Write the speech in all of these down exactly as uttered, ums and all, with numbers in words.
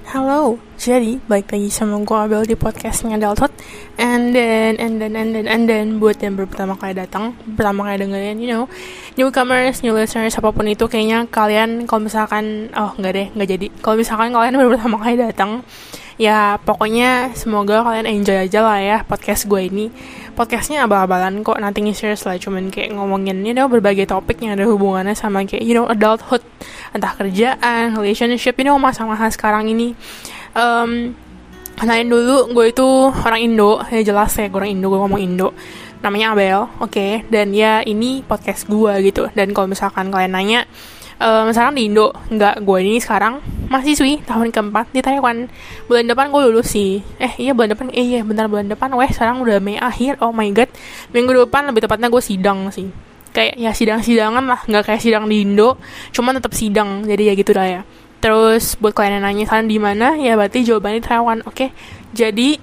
Halo, jadi balik lagi sama gue Abel di podcastnya Adulthood. And then, and then, and then, and then Buat yang baru pertama kali datang, pertama kali dengerin, you know, newcomers, new listeners, apapun itu, kayaknya kalian kalau misalkan, oh enggak deh, enggak jadi. Kalau misalkan kalian baru pertama kali datang, ya pokoknya semoga kalian enjoy aja lah ya podcast gue ini. Podcastnya abal-abalan kok, nothing serious lah, cuman kayak ngomongin, you know, berbagai topik yang ada hubungannya sama kayak, you know, adulthood, entah kerjaan, relationship, you know, masa-masa sekarang ini. Um, kenalin dulu, gue itu orang Indo, ya jelas ya, gue orang Indo, gue ngomong Indo. Namanya Abel, oke, okay? Dan ya ini podcast gue gitu. Dan kalau misalkan kalian nanya, Um, sekarang di Indo, enggak, gue ini sekarang mahasiswi tahun keempat di Taiwan. Bulan depan gue lulus sih. Eh iya bulan depan, eh iya bentar bulan depan. Weh sekarang udah Mei akhir, oh my god. Minggu depan lebih tepatnya gue sidang sih. Kayak ya sidang-sidangan lah, nggak kayak sidang di Indo, cuman tetap sidang. Jadi ya gitu lah ya. Terus buat kalian yang nanya sekarang di mana, ya berarti jawabannya Taiwan, oke. Okay? Jadi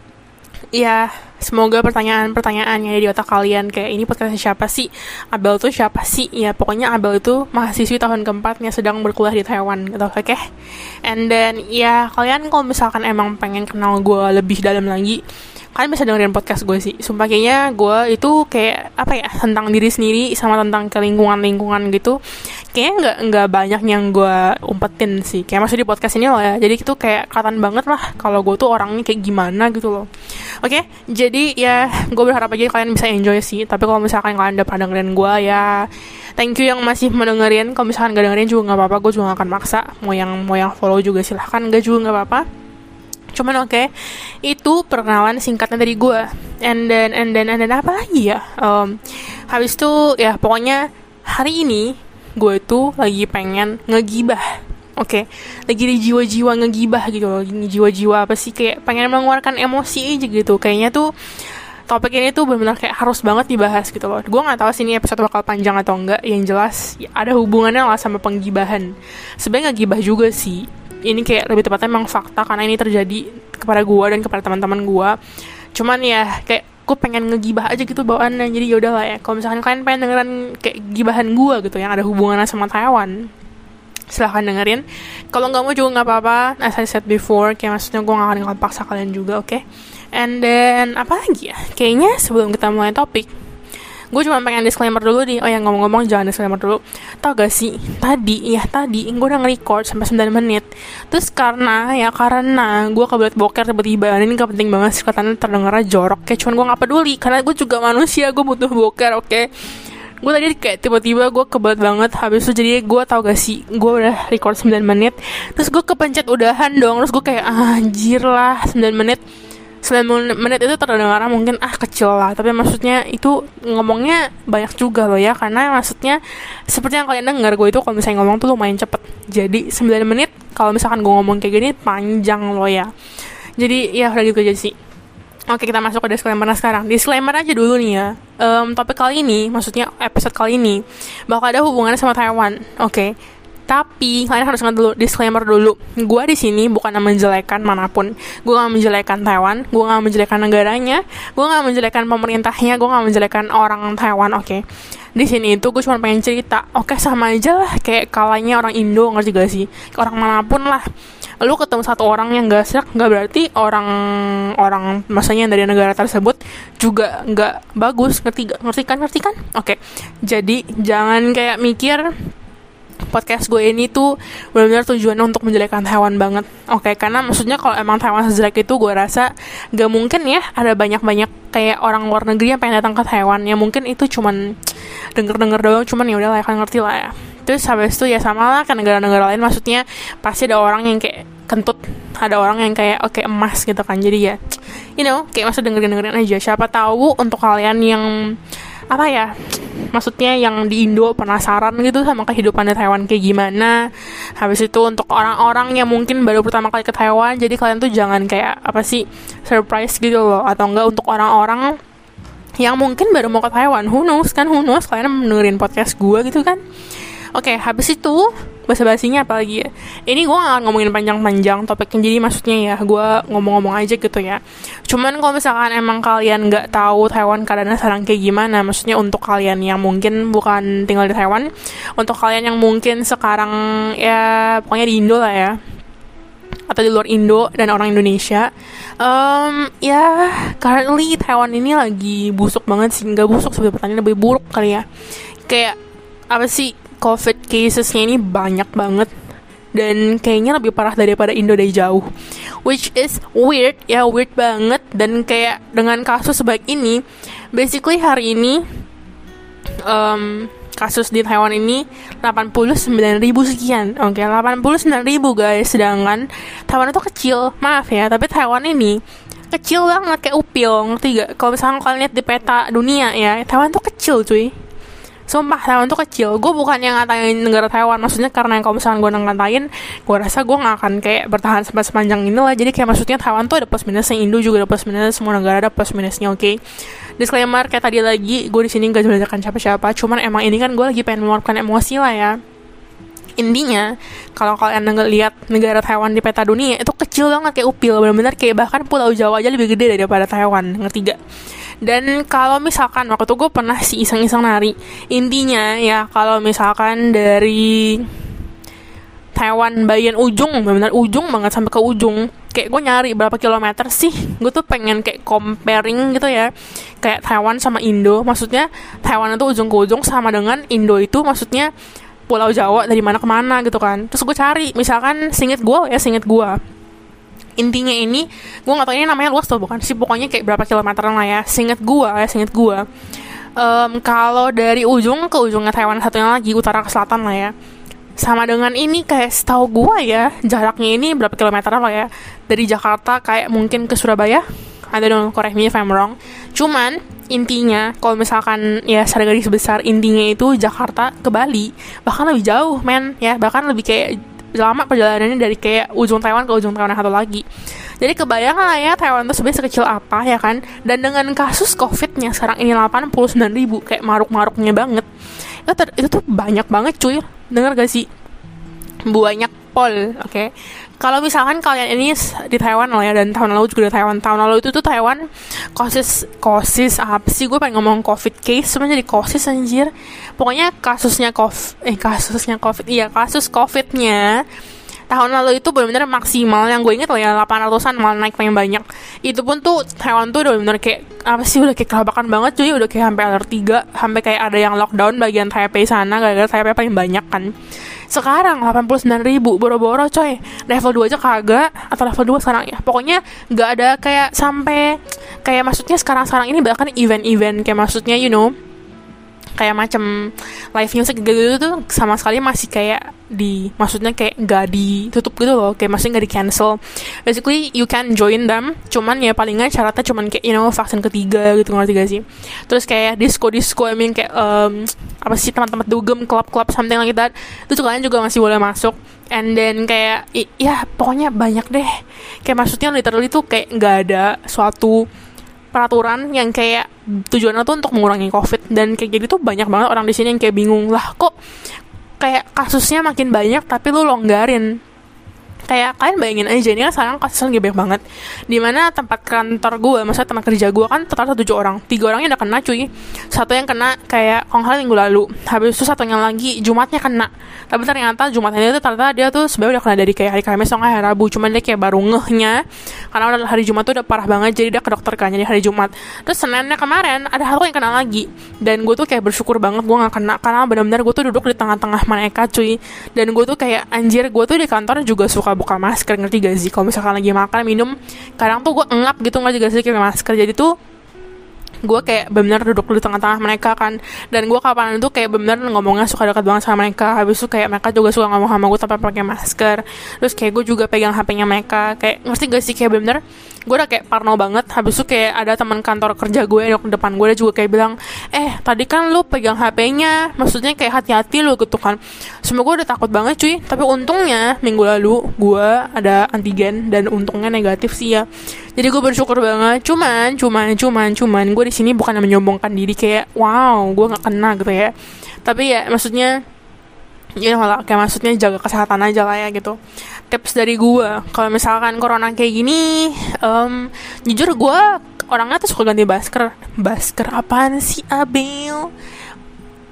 ya semoga pertanyaan-pertanyaan yang ada di otak kalian kayak ini podcastnya siapa sih, Abel tuh siapa sih, ya pokoknya Abel itu mahasiswi tahun keempatnya sedang berkuliah di Taiwan gitu, oke okay? And then ya kalian kalau misalkan emang pengen kenal gue lebih dalam lagi, kalian bisa dengerin podcast gue sih. Sumpah kayaknya gue itu kayak apa ya, tentang diri sendiri sama tentang ke lingkungan-lingkungan gitu. Kayaknya nggak nggak banyak yang gue umpetin sih. Kayak maksudnya di podcast ini loh ya. Jadi itu kayak kelihatan banget lah kalau gue tuh orangnya kayak gimana gitu loh. Oke, okay? Jadi ya gue berharap aja kalian bisa enjoy sih. Tapi kalau misalkan kalian udah pernah dengerin gue ya, thank you yang masih mendengerin. Kalau misalkan gak dengerin juga nggak apa-apa. Gue juga gak akan maksa. Mau yang mau yang follow juga silahkan. Gak juga nggak apa-apa. Cuman oke, okay, itu perkenalan singkatnya dari gue. And then, and then, and then apa lagi ya? Um, habis itu ya pokoknya hari ini gue tuh lagi pengen ngegibah. Oke, okay. Lagi di jiwa-jiwa ngegibah gitu loh. Lagi jiwa-jiwa apa sih, kayak pengen mengeluarkan emosi aja gitu. Kayaknya tuh topik ini tuh benar-benar kayak harus banget dibahas gitu loh. Gue nggak tahu sih ini episode bakal panjang atau enggak. Yang jelas ya, ada hubungannya lah sama penggibahan. Sebenarnya ngegibah juga sih. Ini kayak lebih tepatnya memang fakta karena ini terjadi kepada gue dan kepada teman-teman gue. Cuman ya kayak gue pengen ngegibah aja gitu bawaannya. Jadi yaudah lah ya, kalau misalkan kalian pengen dengerin kayak gibahan gue gitu yang ada hubungannya sama Taiwan, silahkan dengerin. Kalau nggak mau juga nggak apa-apa. As I said before, kayak maksudnya gue nggak akan paksa kalian juga, oke? Okay? And then apa lagi ya? Kayaknya sebelum kita mulai topik, gue cuma pengen disclaimer dulu nih. Oh ya, ngomong-ngomong jangan disclaimer dulu. Tau gak sih, tadi, ya tadi gue udah nge-record sampai sembilan menit. Terus karena, ya karena gue kebelet boker tiba-tiba. Ini gak penting banget sih, katanya terdengarnya jorok. Kayak cuman gue gak peduli, karena gue juga manusia, gue butuh boker, oke? Okay? Gue tadi kayak tiba-tiba gue kebelet banget. Habis itu jadi gue tau gak sih, gue udah record sembilan menit. Terus gue kepencet udahan dong. Terus gue kayak, ah, anjir lah, sembilan menit. sembilan menit itu terdengar mungkin ah kecil lah, tapi maksudnya itu ngomongnya banyak juga loh ya, karena maksudnya seperti yang kalian dengar, gue itu kalau misalnya ngomong tuh lumayan cepet. Jadi sembilan menit kalau misalkan gue ngomong kayak gini panjang loh ya. Jadi ya udah gitu aja sih. Oke, kita masuk ke disclaimer sekarang. Disclaimer aja dulu nih ya. Um, topik kali ini, maksudnya episode kali ini bakal ada hubungannya sama Taiwan. Oke. Okay? Tapi kalian harus ingat dulu, disclaimer dulu. Gue di sini bukan menjelekan manapun. Gue nggak menjelekan Taiwan. Gue nggak menjelekan negaranya. Gue nggak menjelekan pemerintahnya. Gue nggak menjelekan orang Taiwan. Oke. Okay? Di sini itu gue cuma pengen cerita. Oke, okay, sama aja lah kayak kalanya orang Indo, ngerti gak sih? Orang manapun lah. Lu ketemu satu orang yang gak serak, gak berarti orang orang masanya dari negara tersebut juga gak bagus. Ngerti gak? Ngerti kan? Ngerti kan? Oke. Okay. Jadi jangan kayak mikir podcast gue ini tuh benar-benar tujuannya untuk menjelekan Taiwan banget. Oke, okay, karena maksudnya kalau emang Taiwan sejelek itu, gue rasa gak mungkin ya ada banyak-banyak kayak orang luar negeri yang pengen datang ke Taiwan. Ya mungkin itu cuman denger-denger doang, cuman ya udah lah, kan ngerti lah ya. Terus habis itu ya sama lah ke negara-negara lain, maksudnya pasti ada orang yang kayak kentut, ada orang yang kayak oke okay, emas gitu kan. Jadi ya you know, kayak masa dengerin-dengerin aja. Siapa tahu untuk kalian yang apa ya, maksudnya yang di Indo penasaran gitu sama kehidupan di Taiwan kayak gimana. Habis itu untuk orang-orang yang mungkin baru pertama kali ke Taiwan, jadi kalian tuh jangan kayak apa sih, surprise gitu loh. Atau enggak untuk orang-orang yang mungkin baru mau ke Taiwan, who knows kan, who knows kalian dengerin podcast gue gitu kan. Oke, okay, habis itu basa-basinya apa lagi ya? Ini gue gak ngomongin panjang-panjang topiknya, jadi maksudnya ya gue ngomong-ngomong aja gitu ya. Cuman kalau misalkan emang kalian gak tahu Taiwan keadaannya sekarang kayak gimana, maksudnya untuk kalian yang mungkin bukan tinggal di Taiwan, untuk kalian yang mungkin sekarang ya pokoknya di Indo lah ya, atau di luar Indo dan orang Indonesia. Um, ya currently Taiwan ini lagi busuk banget sih, nggak busuk sebenarnya, pertanyaan lebih buruk kali ya. Kayak apa sih, COVID casesnya ini banyak banget dan kayaknya lebih parah daripada Indo dari jauh, which is weird ya, weird banget. Dan kayak dengan kasus sebaik ini, basically hari ini um, kasus di Taiwan ini delapan puluh sembilan ribu sekian. Oke, okay, delapan puluh sembilan ribu guys. Sedangkan Taiwan itu kecil, maaf ya, tapi Taiwan ini kecil banget kayak upil, ngerti gak? Kalau misalnya kalian lihat di peta dunia ya, Taiwan tuh kecil cuy. Sumpah, Taiwan tuh kecil. Gue bukan yang ngatain negara Taiwan, maksudnya karena kalau misalnya gue ngatain, gue rasa gue gak akan kayak bertahan sampai sepanjang ini lah. Jadi kayak maksudnya Taiwan tuh ada plus minusnya, Indo juga ada plus minusnya, semua negara ada plus minusnya, oke. Okay? Disclaimer kayak tadi lagi, gue di sini gak menjelekan siapa-siapa, cuman emang ini kan gue lagi pengen meluapkan emosi lah ya. Intinya, kalau kalian lihat negara Taiwan di peta dunia, itu kecil banget kayak upil, benar-benar kayak bahkan Pulau Jawa aja lebih gede daripada Taiwan, ngerti gak? Dan kalau misalkan waktu itu gue pernah sih iseng-iseng nari, intinya ya kalau misalkan dari Taiwan bagian ujung, benar-benar ujung banget sampai ke ujung, kayak gue nyari berapa kilometer sih, gue tuh pengen kayak comparing gitu ya, kayak Taiwan sama Indo. Maksudnya Taiwan itu ujung ke ujung sama dengan Indo itu maksudnya Pulau Jawa dari mana ke mana gitu kan. Terus gue cari, misalkan seinget gue ya, seinget gue intinya ini, gue gak tau ini namanya luas tuh bukan sih, pokoknya kayak berapa kilometeran lah ya, seinget gue ya, seinget gue um, kalau dari ujung ke ujungnya Taiwan satunya lagi, utara ke selatan lah ya, sama dengan ini kayak setahu gue ya, jaraknya ini berapa kilometeran lah ya, dari Jakarta kayak mungkin ke Surabaya, I don't know, correct me if I'm wrong. Cuman intinya kalau misalkan ya secara garis besar, intinya itu Jakarta ke Bali bahkan lebih jauh men ya, bahkan lebih kayak lama perjalanannya dari kayak ujung Taiwan ke ujung Taiwan yang satu lagi. Jadi kebayang lah ya Taiwan itu sebenarnya sekecil apa ya kan. Dan dengan kasus COVID-nya sekarang ini delapan puluh sembilan ribu, kayak maruk-maruknya banget. Itu, ter- itu tuh banyak banget cuy. Dengar gak sih? Banyak pol, oke. Okay? Kalau misalkan kalian ini di Taiwan lah ya, dan tahun lalu juga di Taiwan. Tahun lalu itu tuh Taiwan kosis, kosis apa sih? Gue pengen ngomong COVID case, sebenarnya jadi kosis anjir. Pokoknya kasusnya COVID, eh kasusnya COVID, iya kasus COVID-nya tahun lalu itu benar-benar maksimal. Yang gue inget lah ya, delapan ratusan malah naik paling banyak. Itu pun tuh Taiwan tuh udah benar kayak apa sih, udah kayak kelabakan banget cuy, udah kayak sampai alert tiga, sampai kayak ada yang lockdown bagian Taipei sana gara-gara Taipei paling banyak kan. Sekarang delapan puluh sembilan ribu, boro-boro coy. Level dua aja kagak, atau level dua sekarang ya. Pokoknya gak ada kayak sampai, kayak maksudnya sekarang-sekarang ini bahkan event-event kayak maksudnya you know, kayak macam live music gitu-gitu tuh sama sekali masih kayak di, maksudnya kayak gak ditutup gitu loh, kayak maksudnya gak di cancel. Basically you can join them, cuman ya palingan syaratnya cuman kayak you know vaksin ketiga gitu, ngerti gak sih? Terus kayak disco-disco, I mean kayak um, apa sih, tempat-tempat dugem, klub-klub, something like that, itu kalian juga masih boleh masuk. And then kayak i- ya pokoknya banyak deh, kayak maksudnya literally tuh kayak gak ada suatu peraturan yang kayak tujuannya tuh untuk mengurangi COVID. Dan kayak jadi tuh banyak banget orang di sini yang kayak bingung lah, kok kayak kasusnya makin banyak tapi lu longgarin. Kayak kalian bayangin aja, ini kan sekarang kasusnya lagi banyak banget. Dimana tempat kantor gue, maksudnya tempat kerja gue kan total tujuh orang, tiga orangnya udah kena cuy. Satu yang kena kayak kongkal minggu lalu, habis itu satunya lagi Jumatnya kena. Tapi ternyata Jumatnya itu ternyata dia tuh sebenarnya udah kena dari kayak hari Kamis atau hari Rabu, cuman dia kayak baru ngehnya karena udah hari Jumat tuh udah parah banget, jadi dia ke dokter kan jadi hari Jumat. Terus Seninnya kemarin ada satu yang kena lagi, dan gue tuh kayak bersyukur banget gue gak kena, karena benar-benar gue tuh duduk di tengah-tengah mereka cuy. Dan gue tuh kayak anjir, gue tuh di kantor juga suka buka masker, ngerti gak sih? Kalau misalkan lagi makan minum, kadang tuh gue engap gitu, ngerti gak sih, kayak masker. Jadi tuh gue kayak benar duduk di tengah-tengah mereka kan, dan gue kapan itu kayak benar ngomongnya suka dekat banget sama mereka. Habis itu kayak mereka juga suka ngomong sama gue tanpa pakai masker. Terus kayak gue juga pegang H P-nya mereka, kayak ngerti gak sih, kayak benar gue udah kayak parno banget. Habis itu kayak ada teman kantor kerja gue yang depan gue, dia juga kayak bilang, eh tadi kan lu pegang H P-nya, maksudnya kayak hati-hati lu gitu kan. Semua gue udah takut banget cuy, tapi untungnya minggu lalu gue ada antigen dan untungnya negatif sih ya. Jadi gue bersyukur banget. Cuman, cuman, cuman, cuman gue di sini bukan menyombongkan diri kayak wow gue nggak kena gitu ya. Tapi ya maksudnya, ya malah kayak maksudnya jaga kesehatan aja lah ya gitu. Tips dari gue, kalau misalkan corona kayak gini, um, jujur gue orangnya tuh suka ganti masker. Masker apaan sih Abel?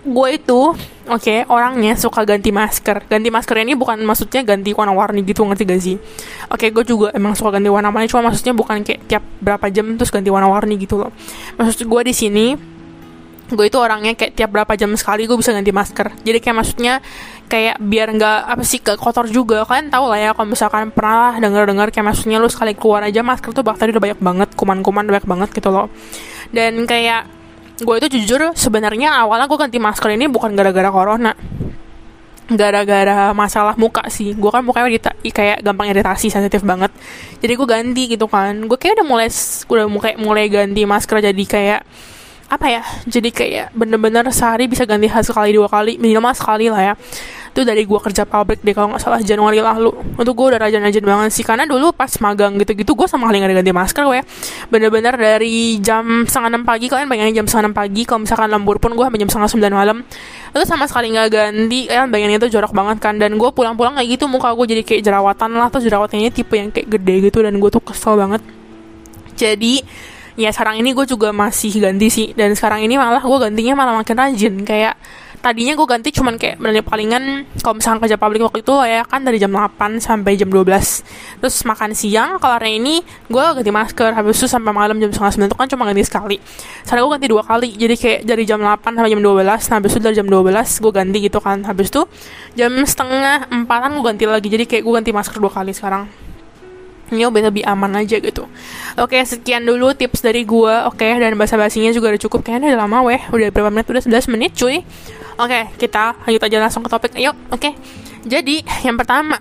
gue itu oke okay, orangnya suka ganti masker. Ganti masker ini bukan maksudnya ganti warna-warni gitu, ngerti gak sih? Oke okay, gue juga emang suka ganti warna-warni, cuma maksudnya bukan kayak tiap berapa jam terus ganti warna-warni gitu loh. Maksud gue di sini, gue itu orangnya kayak tiap berapa jam sekali gue bisa ganti masker. Jadi kayak maksudnya kayak biar nggak apa sih ke kotor juga. Kalian tahu lah ya kalau misalkan pernah dengar-dengar kayak maksudnya lu sekali keluar aja masker tuh bakteri udah banyak banget, kuman-kuman banyak banget gitu loh. Dan kayak gue itu jujur sebenarnya awalnya gue ganti masker ini bukan gara-gara corona, gara-gara masalah muka sih. Gue kan mukanya dita- kayak gampang iritasi, sensitif banget. Jadi gue ganti gitu kan. Gue kayak udah mulai udah mulai mulai ganti masker jadi kayak apa ya? Jadi kayak bener-bener sehari bisa ganti sekali dua kali, minimal sekali lah ya. Itu dari gue kerja pabrik deh kalau nggak salah Januari lalu. Untuk gue udah rajin-rajin banget sih, karena dulu pas magang gitu-gitu gue sama kali nggak ganti masker gue ya. Bener-bener dari jam setengah enam pagi, kalian bayangin jam setengah enam pagi, kalau misalkan lembur pun gue sampai jam setengah sembilan malam itu sama sekali nggak ganti. Kalian bayangin itu jorok banget kan. Dan gue pulang-pulang kayak gitu muka gue jadi kayak jerawatan lah, terus jerawatnya tipe yang kayak gede gitu, dan gue tuh kesel banget. Jadi ya sekarang ini gue juga masih ganti sih, dan sekarang ini malah gue gantinya malah makin rajin. Kayak tadinya gue ganti cuman kayak bener palingan kalau misalkan kerja publik waktu itu ya kan dari jam delapan sampai jam dua belas, terus makan siang. Kalau hari ini gue ganti masker, habis itu sampai malam jam setengah sembilan itu kan cuma ganti sekali. Sekarang gue ganti dua kali, jadi kayak dari jam delapan sampai jam dua belas, nah habis itu dari jam dua belas gue ganti gitu kan. Habis itu jam setengah empatan gue ganti lagi, jadi kayak gue ganti masker dua kali sekarang. Ini lebih lebih aman aja gitu. Oke, sekian dulu tips dari gue. Oke, dan basa-basinya juga udah cukup. Kayaknya udah lama weh. Udah berapa menit? Udah sebelas menit cuy. Oke, kita lanjut aja langsung ke topik. Ayo, oke. Jadi, yang pertama,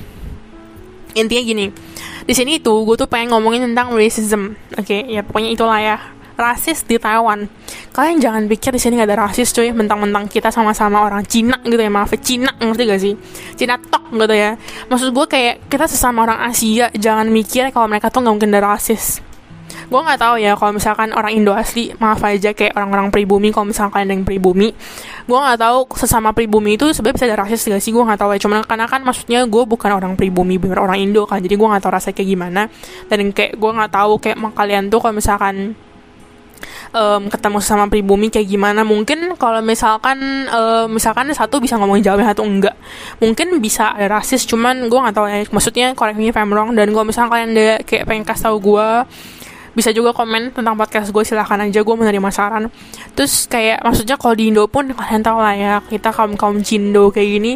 intinya gini. Di sini tuh gue tuh pengen ngomongin tentang racism. Oke, ya pokoknya itulah ya. Rasis di Taiwan. Kalian jangan pikir di sini nggak ada rasis cuy, mentang-mentang kita sama-sama orang Cina gitu ya, maaf Cina, ngerti gak sih? Cina tok gitu ya. Maksud gue kayak kita sesama orang Asia, jangan mikir kalau mereka tuh nggak mungkin ada rasis. Gue nggak tahu ya kalau misalkan orang Indo asli, maaf aja kayak orang-orang pribumi, kalau misalkan kalian ada yang pribumi, gue nggak tahu sesama pribumi itu sebenarnya bisa ada rasis gak sih? Gue nggak tahu ya. Cuman karena kan maksudnya gue bukan orang pribumi, bener orang Indo kan, jadi gue nggak tahu rasanya kayak gimana. Dan kayak gue nggak tahu kayak kalian tuh kalau misalkan Um, ketemu sama pribumi kayak gimana. Mungkin kalau misalkan um, misalkan satu bisa ngomongin jawabnya, satu enggak, mungkin bisa ada rasis. Cuman gue nggak tahu ya, maksudnya correct me if I'm wrong. Dan kalau misalkan kalian ada kayak pengen kasih tahu gue, bisa juga komen tentang podcast gue, silahkan aja, gue menerima saran. Terus kayak maksudnya kalau di Indo pun kalian tahu lah ya, kita kaum kaum Cindo kayak gini,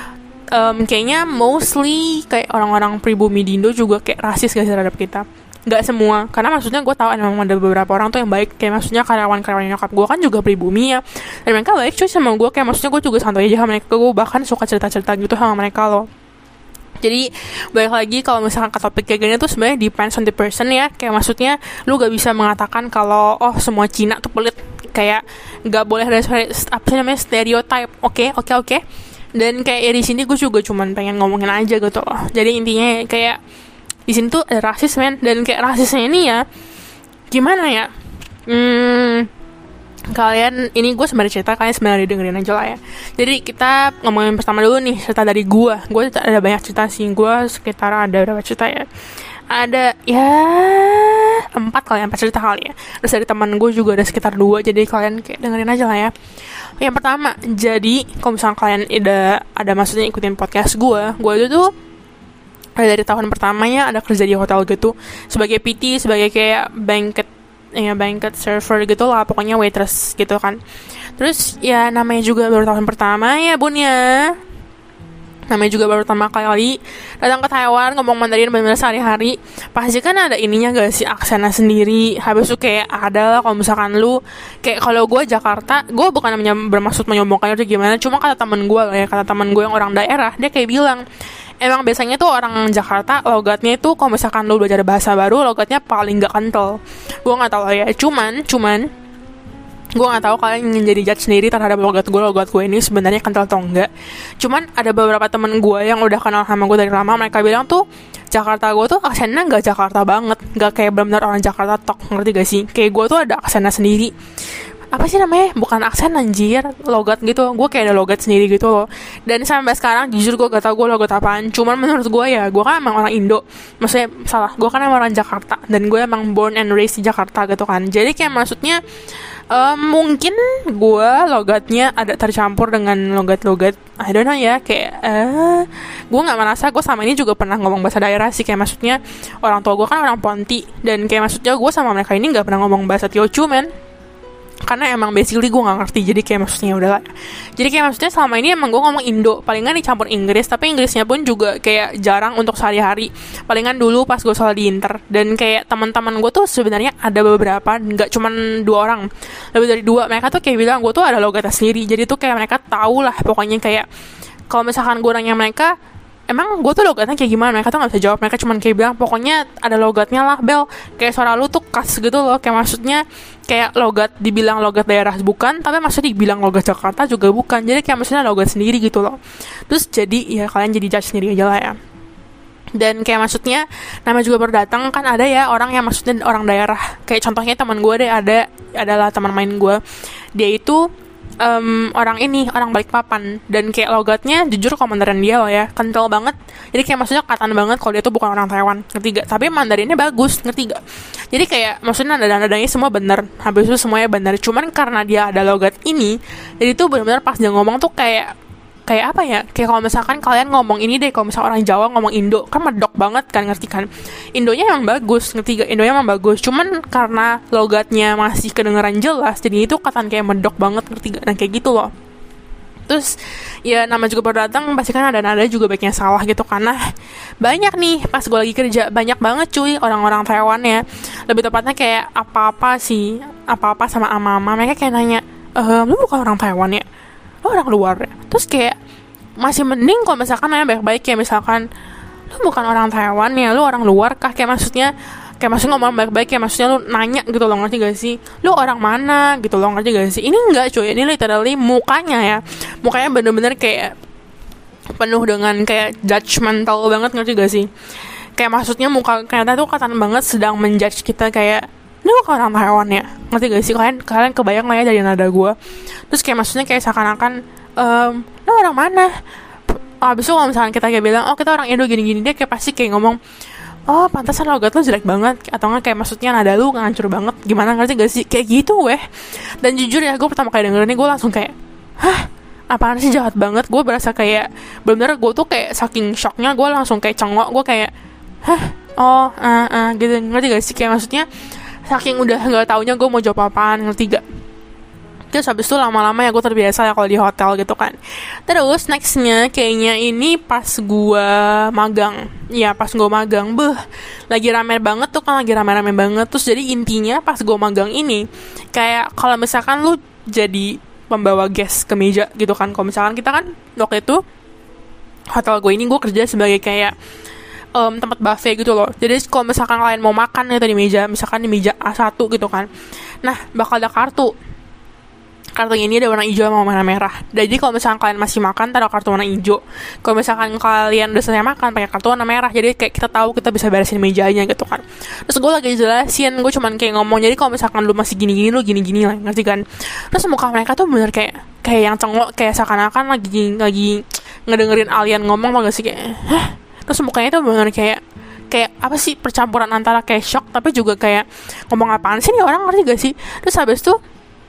um, kayaknya mostly kayak orang-orang pribumi di Indo juga kayak rasis gak sih terhadap kita. Gak semua, karena maksudnya gue tahu memang ada beberapa orang tuh yang baik. Kayak maksudnya karyawan-karyawan nyokap gue kan juga pribumi ya, dan mereka baik cuy sama gue. Kayak maksudnya gue juga santai aja sama mereka, gue bahkan suka cerita-cerita gitu sama mereka loh. Jadi balik lagi kalau misalkan ke topik kayak gini tuh sebenarnya depends on the person ya. Kayak maksudnya lu gak bisa mengatakan kalau oh semua Cina tuh pelit. Kayak gak boleh ada apa namanya stereotype. Oke okay, oke okay, oke okay. Dan kayak ya di sini gue juga cuman pengen ngomongin aja gitu loh. Jadi intinya kayak di sini tuh ada rasis men, dan kayak rasisnya ini ya gimana ya, hmm, kalian ini gue sebenarnya cerita, kalian sebenarnya dengerin aja lah ya. Jadi kita ngomongin pertama dulu nih, cerita dari gue. Gue ada banyak cerita sih, gue sekitar ada berapa cerita ya, ada ya empat kali, empat cerita kali ya. Terus dari teman gue juga ada sekitar dua, jadi kalian kayak dengerin aja lah ya. Yang pertama, jadi kalau misalnya kalian ada ada maksudnya ikutin podcast gue, gue itu tuh dari tahun pertamanya ada kerja di hotel gitu sebagai P T, sebagai kayak banquet ya banquet server gitu lah, pokoknya waitress gitu kan. Terus ya namanya juga baru tahun pertama ya bun ya, namanya juga baru pertama kali datang ke Taiwan, ngomong Mandarin benar-benar sehari-hari, pasti kan ada ininya gak sih, aksennya sendiri. Habis itu kayak ada lah kalau misalkan lu kayak, kalau gue Jakarta, gue bukan namanya bermaksud menyombongkan itu gimana, cuma kata temen gue lah ya, kata temen gue yang orang daerah, dia kayak bilang emang biasanya tuh orang Jakarta logatnya itu kalau misalkan lu belajar bahasa baru, logatnya paling gak kental. Gue gak tahu ya, cuman cuman gue gak tahu kalian ingin jadi judge sendiri terhadap logat gue logat gue ini sebenarnya kental atau enggak. Cuman ada beberapa temen gue yang udah kenal sama gue dari lama, mereka bilang tuh Jakarta gue tuh aksennya gak Jakarta banget, gak kayak benar-benar orang Jakarta tok, ngerti gak sih? Kayak gue tuh ada aksennya sendiri. apa sih namanya, bukan aksen anjir, logat gitu. Gue kayak ada logat sendiri gitu loh. Dan sampai sekarang jujur gue gak tau gue logat apaan. Cuman menurut gue ya, gue kan emang orang Indo, maksudnya salah, gue kan emang orang Jakarta, dan gue emang born and raised di Jakarta gitu kan. Jadi kayak maksudnya um, mungkin gue logatnya ada tercampur dengan logat-logat I don't know ya, kayak uh, gue nggak merasa gue sama ini juga pernah ngomong bahasa daerah sih. Kayak maksudnya orang tua gue kan orang Ponti, dan kayak maksudnya gue sama mereka ini nggak pernah ngomong bahasa Teochew men, karena emang basically gue gak ngerti. Jadi kayak maksudnya udahlah. Jadi kayak maksudnya selama ini emang gue ngomong Indo, palingan dicampur Inggris, tapi Inggrisnya pun juga kayak jarang untuk sehari-hari. Palingan dulu pas gue soal di Inter. Dan kayak teman-teman gue tuh sebenarnya ada beberapa, nggak cuman dua orang, lebih dari dua. Mereka tuh kayak bilang gue tuh ada logatnya sendiri. Jadi tuh kayak mereka tahu lah pokoknya, kayak kalau misalkan gue nanya mereka, emang gue tuh logatnya kayak gimana, mereka tuh gak bisa jawab. Mereka cuman kayak bilang, pokoknya ada logatnya lah Bel, kayak suara lu tuh khas gitu loh. Kayak maksudnya kayak logat, dibilang logat daerah bukan, tapi maksudnya dibilang logat Jakarta juga bukan. Jadi kayak maksudnya logat sendiri gitu loh. Terus jadi ya kalian jadi judge sendiri aja lah ya. Dan kayak maksudnya nama juga berdatang kan, ada ya orang yang maksudnya orang daerah. Kayak contohnya teman gue deh, ada adalah teman main gue, dia itu Um, orang ini, orang Balikpapan, dan kayak logatnya jujur kalau Mandarin dia loh ya, kental banget. Jadi kayak maksudnya kelihatan banget kalau dia tuh bukan orang Taiwan, ngerti gak? Tapi Mandarinnya bagus, ngerti gak? Jadi kayak maksudnya nada-nadanya semua bener, habis itu semuanya bener. Cuman karena dia ada logat ini, jadi tuh benar-benar pas dia ngomong tuh kayak kayak apa ya, kayak kalau misalkan kalian ngomong ini deh, kalau misalkan orang Jawa ngomong Indo, kan medok banget kan, ngerti kan? Indonya emang bagus, ngerti gak? Indonya emang bagus, cuman karena logatnya masih kedengeran jelas, jadi itu katan kayak medok banget, ngerti gak? Nah kayak gitu loh. Terus ya nama juga baru datang, pasti kan ada nada juga baiknya salah gitu. Karena banyak nih pas gue lagi kerja, banyak banget cuy orang-orang Taiwan ya, lebih tepatnya kayak apa-apa sih, apa-apa sama ama-ama, mereka kayak nanya, ehm, lu bukan orang Taiwan ya? Lu orang luar ya? Terus kayak masih mending kalau misalkan nanya baik-baik, kayak misalkan lu bukan orang Taiwan ya, lu orang luar kah? Kayak maksudnya kayak maksudnya ngomong baik-baik, kayak maksudnya lu nanya gitu loh, ngerti gak sih? Lu orang mana gitu loh, ngerti gak sih? Ini enggak cuy, ini literally mukanya ya, mukanya bener-bener kayak penuh dengan kayak judgmental banget, ngerti gak sih? Kayak maksudnya muka ternyata tuh kelihatan banget sedang menjudge kita, kayak ini bukan orang Taiwan ya, ngerti gak sih? Kalian kalian kebayang lah ya dari nada gue. Terus kayak maksudnya kayak seakan-akan ehm, lu orang mana? Abis itu kalau misalkan kita kayak bilang, oh kita orang Indo gini-gini, dia kayak pasti kayak ngomong, oh pantasan logat lu jelek banget, atau enggak kayak maksudnya nada lu ngancur banget, gimana, ngerti gak sih? Kayak gitu weh. Dan jujur ya, gue pertama kali denger ini gue langsung kayak, hah? Apaan sih, jahat banget. Gue berasa kayak bener-bener gue tuh kayak saking shocknya gue langsung kayak cengok. Gue kayak, hah? Oh, ah, ah, gitu, ngerti gak sih? Kayak maksudnya saking udah gak taunya gue mau jawab apaan, ngerti gak? Terus habis itu lama-lama ya gue terbiasa ya kalau di hotel gitu kan. Terus nextnya kayaknya ini pas gue magang. Ya pas gue magang, beuh, lagi rame banget tuh kan, lagi rame-rame banget. Terus jadi intinya pas gue magang ini, kayak kalau misalkan lu jadi pembawa guest ke meja gitu kan. Kalau misalkan kita kan waktu itu hotel gue ini gue kerja sebagai kayak Um, tempat buffet gitu loh. Jadi kalau misalkan kalian mau makan gitu di meja, misalkan di meja A satu gitu kan, nah bakal ada kartu. Kartunya ini ada warna hijau sama warna merah. Jadi kalau misalkan kalian masih makan, taruh kartu warna hijau. Kalau misalkan kalian udah selesai makan, pakai kartu warna merah. Jadi kayak kita tahu kita bisa beresin mejanya gitu kan. Terus gue lagi jelasin, gue cuman kayak ngomong, jadi kalau misalkan lu masih gini-gini, lu gini-gini lah, ngerti kan? Terus muka mereka tuh bener kayak kayak yang cengok, kayak seakan-akan lagi lagi ngedengerin alien ngomong, tau gak sih? Kayak, hah? Terus mukanya tuh bener kayak kayak apa sih, percampuran antara kayak shock tapi juga kayak ngomong apaan sih nih orang, ngerti gak sih? Terus habis tuh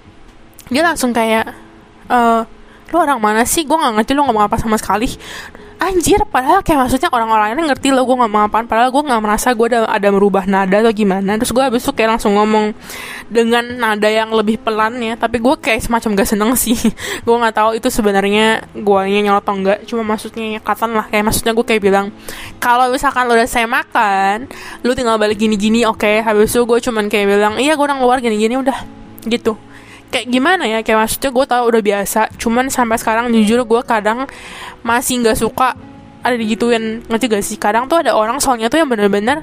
dia langsung kayak, eh lu orang mana sih, gue gak ngerti lu ngomong apa sama sekali. Anjir, padahal kayak maksudnya orang-orang lain ngerti lo gue ngomong apaan, padahal gue gak merasa gue ada, ada merubah nada atau gimana. Terus gue habis itu kayak langsung ngomong dengan nada yang lebih pelan ya, tapi gue kayak semacam gak seneng sih. Gue gak tahu itu sebenarnya guanya nyolot atau enggak, cuma maksudnya katan lah. Kayak maksudnya gue kayak bilang, kalau misalkan lo udah saya makan, lu tinggal balik gini-gini, oke okay? Habis itu gue cuman kayak bilang, iya gue orang luar gini-gini, udah gitu. Kayak gimana ya, kayak maksudnya gue tahu udah biasa, cuman sampai sekarang jujur gue kadang masih nggak suka ada digituin, ngerti gak sih? Kadang tuh ada orang soalnya tuh yang bener-bener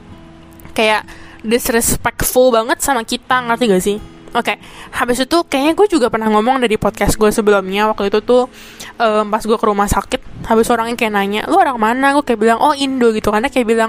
kayak disrespectful banget sama kita, ngerti gak sih? Oke, okay. Habis itu kayaknya gue juga pernah ngomong dari podcast gue sebelumnya. Waktu itu tuh um, pas gue ke rumah sakit, habis orangnya kayak nanya, lu orang mana? Gue kayak bilang, oh Indo gitu. Karena kayak bilang,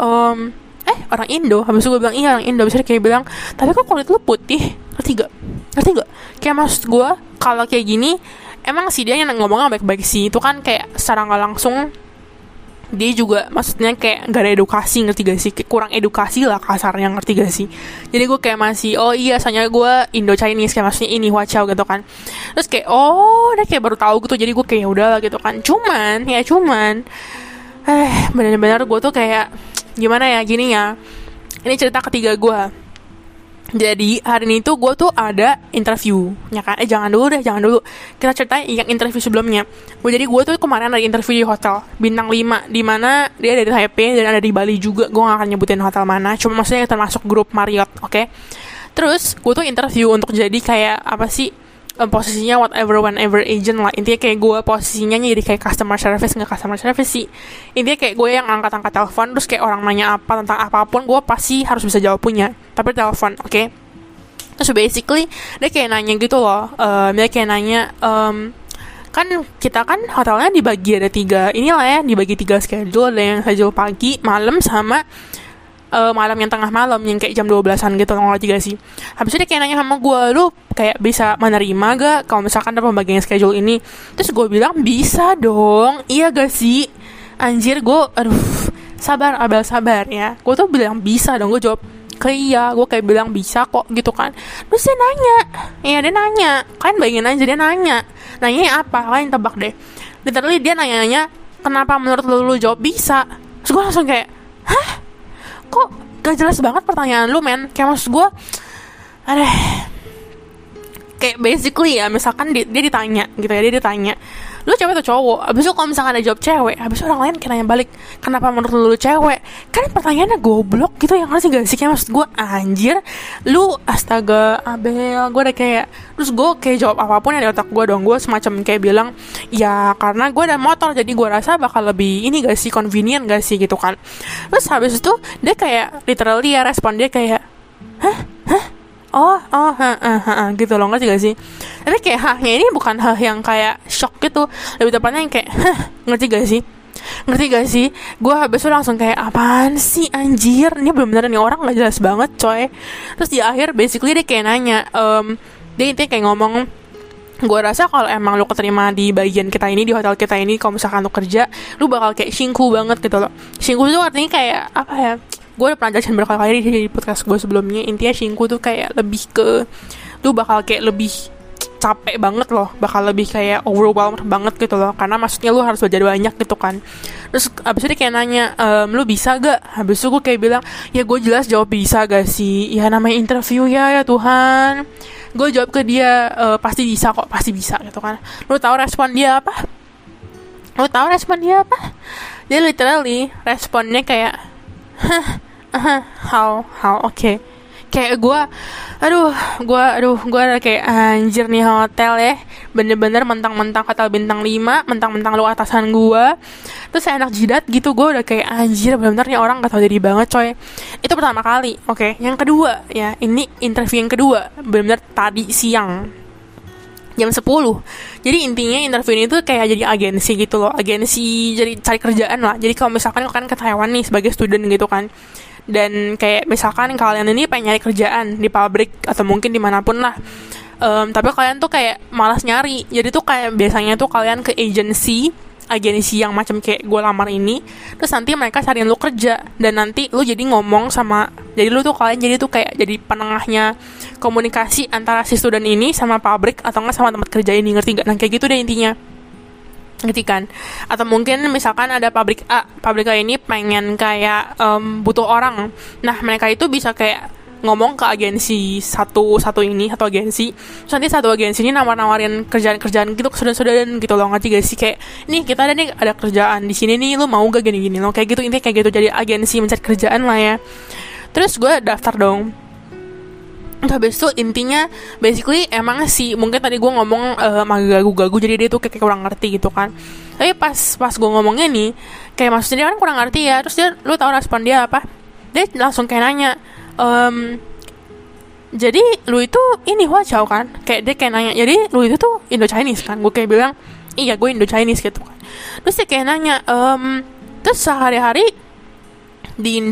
um, eh orang Indo. Habis itu gue bilang, iya orang Indo. Habis itu kayak bilang, tapi kok kulit lu putih? Ngerti gak? Ngerti gak? Kayak maksud gue kalau kayak gini emang sih dia yang ngomongnya baik-baik sih, itu kan kayak secara nggak langsung dia juga maksudnya kayak gak ada edukasi, ngerti gak sih? Kayak kurang edukasi lah kasarnya, ngerti gak sih? Jadi gue kayak masih, oh iya soalnya gue Indo-Chinese, kayak maksudnya ini wacau gitu kan. Terus kayak, oh dia kayak baru tahu gitu, jadi gue kayak udah lah gitu kan. Cuman, ya cuman Eh benar-benar gue tuh kayak gimana ya, gini ya, ini cerita ketiga gue. Jadi hari ini tuh gue tuh ada interview, ya kan? Eh jangan dulu deh, jangan dulu. Kita ceritain yang interview sebelumnya. Gue jadi gue tuh kemarin ada interview di hotel bintang lima, di mana dia dari Taipei dan ada di Bali juga. Gue gak akan nyebutin hotel mana, cuma maksudnya termasuk grup Marriott, oke? Okay? Terus gue tuh interview untuk jadi kayak apa sih? Um, posisinya whatever whenever agent lah. Intinya kayak gue posisinya jadi kayak customer service, nggak customer service sih, intinya kayak gue yang angkat-angkat telepon. Terus kayak orang nanya apa tentang apapun, gue pasti harus bisa jawab punya, tapi telepon, oke? Okay? Terus basically dia kayak nanya gitu loh, um, dia kayak nanya um, kan kita kan hotelnya dibagi ada tiga inilah ya, dibagi tiga schedule. Ada yang schedule pagi, malam, sama Uh, malam yang tengah malam yang kayak jam dua belasan gitu loh, ngerti gak sih? Habis itu dia kayak nanya sama gue, lu kayak bisa menerima gak kalau misalkan ada pembagian schedule ini? Terus gue bilang bisa dong, iya gak sih? Anjir gue, aduh, sabar Abel sabar ya. Gue tuh bilang bisa dong, gue jawab ke iya, gue kayak bilang bisa kok gitu kan. Terus dia nanya, iya dia nanya, kalian bayangin aja dia nanya, nanya apa? Kalian tebak deh. Literally dia nanya-nanya, kenapa menurut lu, lu jawab bisa? Terus gue langsung kayak, hah? Kok gak jelas banget pertanyaan lu, men? Kayak maksud gue, aduh, kayak basically ya, misalkan dia, dia ditanya gitu ya, dia ditanya, lu cewek atau cowok? Abis itu kalau misalkan ada jawab cewek, abis itu orang lain kayak nanya balik, kenapa menurut lu, lu cewek? Kan pertanyaannya goblok gitu, yang ngerti gak sih? Kayak maksud gue, anjir, lu astaga Abel, gue udah kayak, terus gue kayak jawab apapun yang di otak gue dong. Gue semacam kayak bilang, ya karena gue ada motor, jadi gue rasa bakal lebih ini gak sih, convenient gak sih gitu kan. Terus habis itu dia kayak literally ya respon dia kayak, hah? Hah? Oh, oh, ha, ha, ha, ha, gitu loh, ngerti gak sih? Tapi kayak hahnya ini bukan hah yang kayak shock gitu, lebih tepatnya yang kayak, hah, ngerti gak sih? Ngerti gak sih? Gue habis itu langsung kayak, apaan sih anjir? Ini bener-bener nih orang gak jelas banget coy. Terus di akhir basically dia kayak nanya, um, dia intinya kayak ngomong, gue rasa kalau emang lu keterima di bagian kita ini, di hotel kita ini, kalau misalkan lu kerja, lu bakal kayak shinku banget gitu loh. Shinku itu artinya kayak apa ya? Gue udah pernah jelasin berkali-kali di podcast gue sebelumnya. Intinya shinku tuh kayak lebih ke, lu bakal kayak lebih capek banget loh, bakal lebih kayak overwhelmed banget gitu loh, karena maksudnya lu harus belajar banyak gitu kan. Terus abis itu dia kayak nanya, ehm, lu bisa gak? Habis itu gue kayak bilang, ya gue jelas jawab bisa gak sih, ya namanya interview ya, ya Tuhan. Gue jawab ke dia, e, pasti bisa kok, pasti bisa gitu kan. Lu tahu respon dia apa? Lu tahu respon dia apa? Dia literally responnya kayak, hah, uh, how, how, oke okay. Kayak gue, aduh, gue, aduh, gue ada kayak anjir nih hotel ya, bener-bener mentang-mentang hotel bintang lima, mentang-mentang lu atasan gue, terus saya enak jidat gitu. Gue udah kayak anjir, bener-bener nih orang gak tau diri banget coy. Itu pertama kali, oke. Okay. Yang kedua, ya, ini interview yang kedua, bener-bener tadi siang, jam sepuluh. Jadi intinya interview ini tuh kayak jadi agensi gitu loh, agensi jadi cari kerjaan lah. Jadi kalau misalkan kalian ke Taiwan nih sebagai student gitu kan, dan kayak misalkan kalian ini pengen nyari kerjaan di pabrik atau mungkin dimanapun lah, um, tapi kalian tuh kayak malas nyari, jadi tuh kayak biasanya tuh kalian ke agensi agensi yang macam kayak gue lamar ini, terus nanti mereka cariin lu kerja, dan nanti lu jadi ngomong sama, jadi lu tuh kalian jadi tuh kayak jadi penengahnya komunikasi antara si student ini sama pabrik atau enggak sama tempat kerja ini, ngerti gak? Nah kayak gitu deh intinya, ngerti kan? Atau mungkin misalkan ada pabrik A, pabrik A ini pengen kayak um, butuh orang, nah mereka itu bisa kayak ngomong ke agensi satu satu ini satu agensi, terus nanti satu agensi ini nawar-nawarin kerjaan-kerjaan gitu ke saudara-saudara gitu loh, ngerti gak sih? Kayak nih kita ada nih ada kerjaan di sini nih, lu mau gak gini-gini loh, kayak gitu intinya, kayak gitu, jadi agensi mencari kerjaan lah ya. Terus gue daftar dong. Terus habis itu intinya basically emang sih mungkin tadi gue ngomong uh, agak gagu-gagu, jadi dia tuh kayak kurang ngerti gitu kan. Tapi pas pas gue ngomongnya nih kayak maksudnya dia kan kurang ngerti ya. Terus dia, lu tahu respon dia apa? Dia langsung kayak nanya, ehm, jadi lu itu ini wacau kan? Kayak dia kayak nanya, jadi lu itu tuh Indo-Chinese kan? Gue kayak bilang, iya gue Indo-Chinese gitu kan. Terus dia kayak nanya, ehm, terus sehari-hari di Indo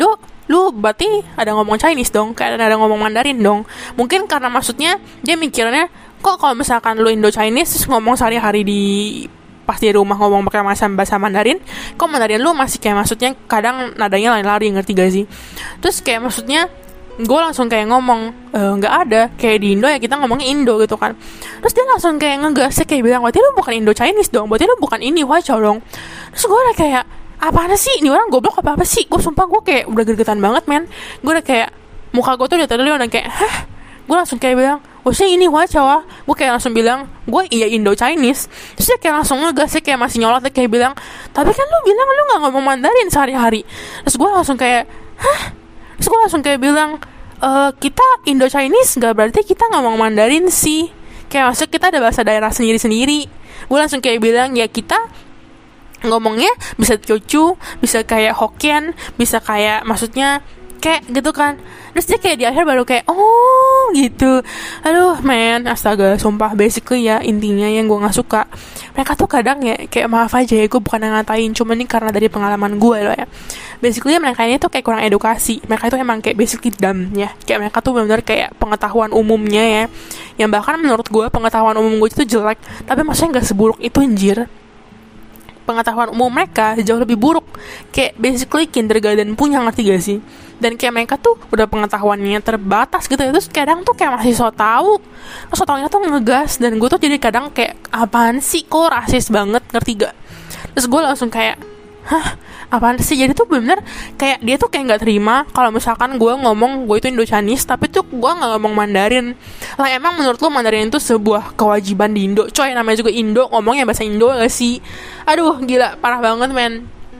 lu berarti ada ngomong Chinese dong, kayak ada ngomong Mandarin dong. Mungkin karena maksudnya dia mikirnya, kok kalau misalkan lu Indo-Chinese terus ngomong sehari-hari di pas di rumah ngomong pakai bahasa Mandarin, kok Mandarin lu masih kayak maksudnya kadang nadanya lain-lari, ngerti gak sih? Terus kayak maksudnya gue langsung kayak ngomong nggak e, ada, kayak di Indo ya kita ngomongnya Indo gitu kan. Terus dia langsung kayak ngegas, kayak bilang, berarti lu bukan Indo Chinese dong, berarti lu bukan ini wajah dong. Terus gue udah kayak, apaan sih ini orang goblok apa apa sih? Gue sumpah gue kayak udah gergetan banget men. Gue udah kayak muka gue tuh udah tadi udah kayak hah. Gue langsung kayak bilang, oh sih ini wajah wah. Gue kayak langsung bilang, gue iya Indo Chinese. Terus dia kayak langsung ngegas, kayak masih nyolot, kayak bilang, tapi kan lu bilang lu nggak ngomong Mandarin sehari-hari. Terus gue langsung kayak hah. Terus gue langsung kayak bilang, e, kita Indo-Chinese gak berarti kita ngomong Mandarin sih. Kayak maksudnya kita ada bahasa daerah sendiri-sendiri. Gue langsung kayak bilang, ya kita ngomongnya bisa Teochew, bisa kayak Hokkien, bisa kayak maksudnya kayak gitu kan. Terus dia kayak di akhir baru kayak oh gitu. Aduh man, astaga, sumpah basically ya intinya yang gue gak suka, mereka tuh kadang ya kayak maaf aja ya, gue bukan ngatain, cuma ini karena dari pengalaman gue loh ya. Basically mereka ini tuh kayak kurang edukasi. Mereka itu emang kayak basically dumb ya. Kayak mereka tuh benar-benar kayak pengetahuan umumnya ya, yang bahkan menurut gue pengetahuan umum gue itu jelek, tapi maksudnya gak seburuk itu anjir. Pengetahuan umum mereka jauh lebih buruk. Kayak basically kindergarten punya, ngerti gak sih? Dan kayak mereka tuh udah pengetahuannya terbatas gitu ya. Terus kadang tuh kayak masih so tau. Terus so taunya tuh ngegas. Dan gue tuh jadi kadang kayak apaan sih, kok rasis banget, ngerti gak? Terus gue langsung kayak hah, apaan sih? Jadi tuh bener kayak dia tuh kayak gak terima kalau misalkan gue ngomong gue itu Indo-Chinese tapi tuh gue gak ngomong Mandarin. Lah emang menurut lu Mandarin itu sebuah kewajiban di Indo? Coy, namanya juga Indo, ngomongnya bahasa Indo gak sih? Aduh gila, parah banget men.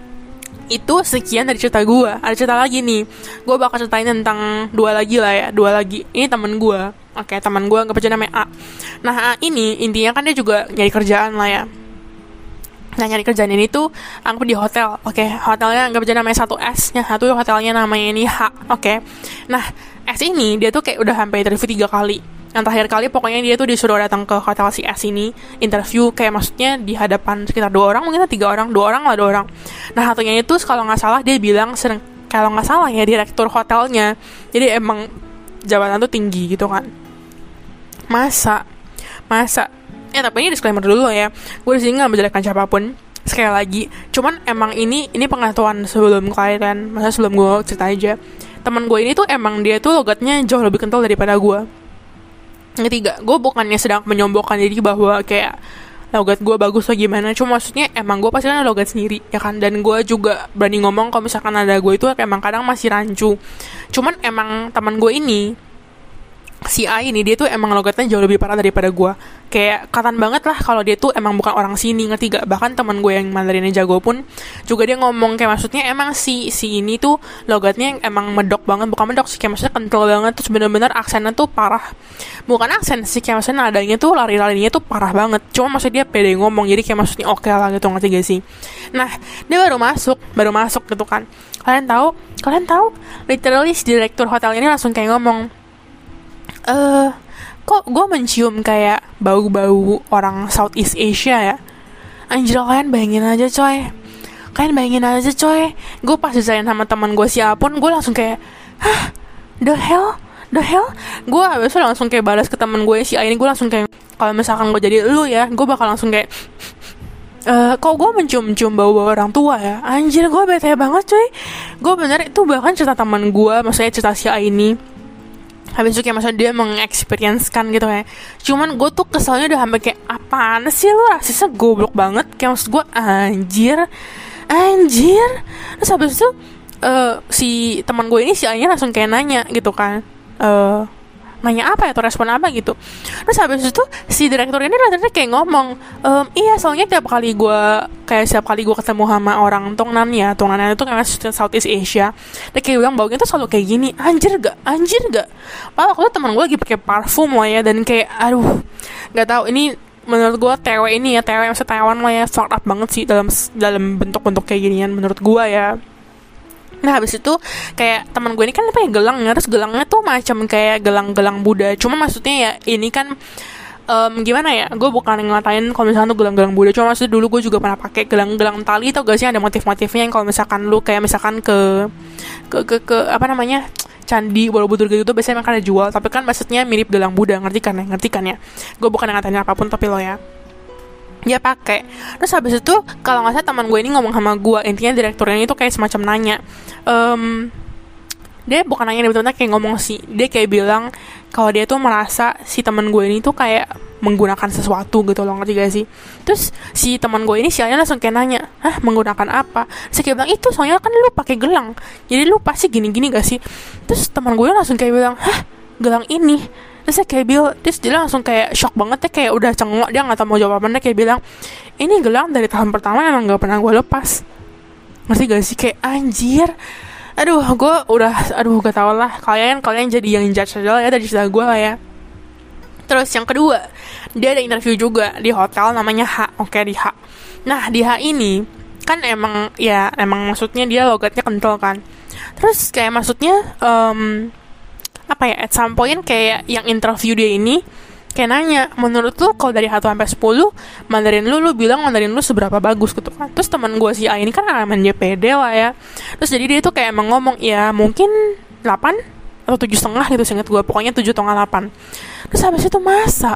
Itu sekian dari cerita gue. Ada cerita lagi nih, gue bakal ceritain tentang dua lagi lah ya. Dua lagi, ini temen gue. Oke, temen gue gak percaya namanya A. Nah A ini intinya kan dia juga nyari kerjaan lah ya. Nah nyari kerjaan ini tuh anggap di hotel. Oke, hotelnya gak percaya namanya satu S nya. Satu hotelnya namanya ini H. Oke. Nah S ini dia tuh kayak udah sampai interview tiga kali. Yang terakhir kali pokoknya dia tuh disuruh datang ke hotel si S ini interview, kayak maksudnya di hadapan sekitar dua orang, mungkin tiga orang, dua orang lah dua orang. Nah satunya itu kalau nggak salah dia bilang sering, kalau nggak salah ya direktur hotelnya. Jadi emang jabatan tuh tinggi gitu kan. Masa, masa. Eh tapi ini disclaimer dulu ya. Gue di sini nggak menjelekkan siapapun. Sekali lagi, cuman emang ini ini pengetahuan sebelum kalian, masa sebelum gue cerita aja. Teman gue ini tuh emang dia tuh logatnya jauh lebih kental daripada gue. Ketiga, gue bukannya sedang menyombongkan diri bahwa kayak logat gue bagus atau gimana, cuma maksudnya emang gue pasti kan ada logat sendiri ya kan. Dan gue juga berani ngomong kalau misalkan ada gue itu emang kadang masih rancu. Cuman emang teman gue ini, si A ini, dia tuh emang logatnya jauh lebih parah daripada gue. Kayak katan banget lah kalau dia tuh emang bukan orang sini, ngerti gak? Bahkan teman gue yang Mandarinnya jago pun juga dia ngomong kayak maksudnya emang si si ini tuh logatnya emang medok banget, bukan medok sih, kayak maksudnya kental banget. Terus bener-bener aksennya tuh parah, bukan aksen sih, kayak maksudnya nadanya tuh lari-larinya tuh parah banget. Cuma maksudnya dia pede ngomong, jadi kayak maksudnya oke okay lah gitu, ngerti gak sih? Nah dia baru masuk, baru masuk gitu kan. Kalian tahu, kalian tahu, literally si direktur hotel ini langsung kayak ngomong, eh uh, kok gue mencium kayak bau-bau orang Southeast Asia ya. Anjir, kalian bayangin aja coy, kalian bayangin aja coy. Gue pas disain sama teman gue siapun, gue langsung kayak hah, the hell, the hell. Gue abis itu langsung kayak balas ke teman gue si A ini. Gue langsung kayak, kalau misalkan gue jadi lu ya, gue bakal langsung kayak Uh, kok gue mencium-cium bau-bau orang tua ya. Anjir, gue bete banget coy. Gue bener, itu bahkan cerita teman gue, maksudnya cerita si A ini. Habis itu kayak maksudnya dia mengexperience-kan gitu ya. Cuman gue tuh keselnya udah sampai kayak apaan sih lu, rasisnya goblok banget. Kayak maksud gue anjir, anjir. Terus habis itu uh, si teman gue ini si A-nya langsung kayak nanya gitu kan, uh, nanya apa ya, atau respon apa gitu. Terus habis itu si direktur ini ternyata kayak ngomong, ehm, iya soalnya tiap kali gue kayak setiap kali gue ketemu sama orang Tongnan ya, Tongnan itu kan Southeast Asia, dia kayak bilang baunya tuh selalu kayak gini. Anjir gak, anjir gak. Padahal aku tuh teman gue lagi pakai parfum lah ya, dan kayak aduh, nggak tahu ini menurut gue T W ini ya, T W maksudnya Taiwan lah ya, fucked up banget sih dalam dalam bentuk-bentuk kayak ginian menurut gue ya. Nah habis itu kayak teman gue ini kan pakai gelang ya, terus gelangnya tuh macam kayak gelang-gelang Buddha. Cuma maksudnya ya ini kan um, gimana ya, gue bukan ngatain kalau misalkan tuh gelang-gelang Buddha, cuma maksudnya dulu gue juga pernah pakai gelang-gelang tali, tau gak sih ada motif-motifnya yang kalau misalkan lu kayak misalkan ke ke ke, ke apa namanya candi Borobudur gitu tuh biasanya mereka ada jual, tapi kan maksudnya mirip gelang Buddha, ngerti kan ya, ngerti kan ya, gue bukan ngatain apapun tapi lo ya, dia pakai. Terus habis itu kalau nggak salah teman gue ini ngomong sama gue, intinya direkturnya itu kayak semacam nanya, um, dia bukan nanya, dia betul-betul kayak ngomong sih, dia kayak bilang kalau dia tuh merasa si teman gue ini tuh kayak menggunakan sesuatu gitu loh, ngerti gak sih? Terus si teman gue ini sialnya langsung kayak nanya, hah menggunakan apa? Saya kayak bilang, itu soalnya kan lu pakai gelang, jadi lu pasti gini-gini gak sih? Terus teman gue langsung kayak bilang, hah gelang ini? Terus saya kayak bilang, terus dia langsung kayak shock banget ya, kayak udah cengok, dia nggak tahu mau jawab apa, dia kayak bilang, ini gelang dari tahun pertama emang nggak pernah gue lepas. Ngerti gak sih? Kayak anjir. Aduh, gue udah, aduh gak tau lah, kalian kalian jadi yang judge aja lah ya dari cerita gue lah ya. Terus yang kedua, dia ada interview juga di hotel namanya H, oke di H. Nah di H ini kan emang ya emang maksudnya dia logatnya kental kan. Terus kayak maksudnya um, apa ya, at some point kayak yang interview dia ini kayak nanya, menurut lu kalau dari satu sampai sepuluh Mandarin lu, lu bilang Mandarin lu seberapa bagus gitu kan. Terus teman gue si A ini kan elemen J P D lah ya. Terus jadi dia tuh kayak emang ngomong, ya mungkin delapan atau tujuh setengah gitu, seinget gue, pokoknya tujuh atau delapan. Terus habis itu masa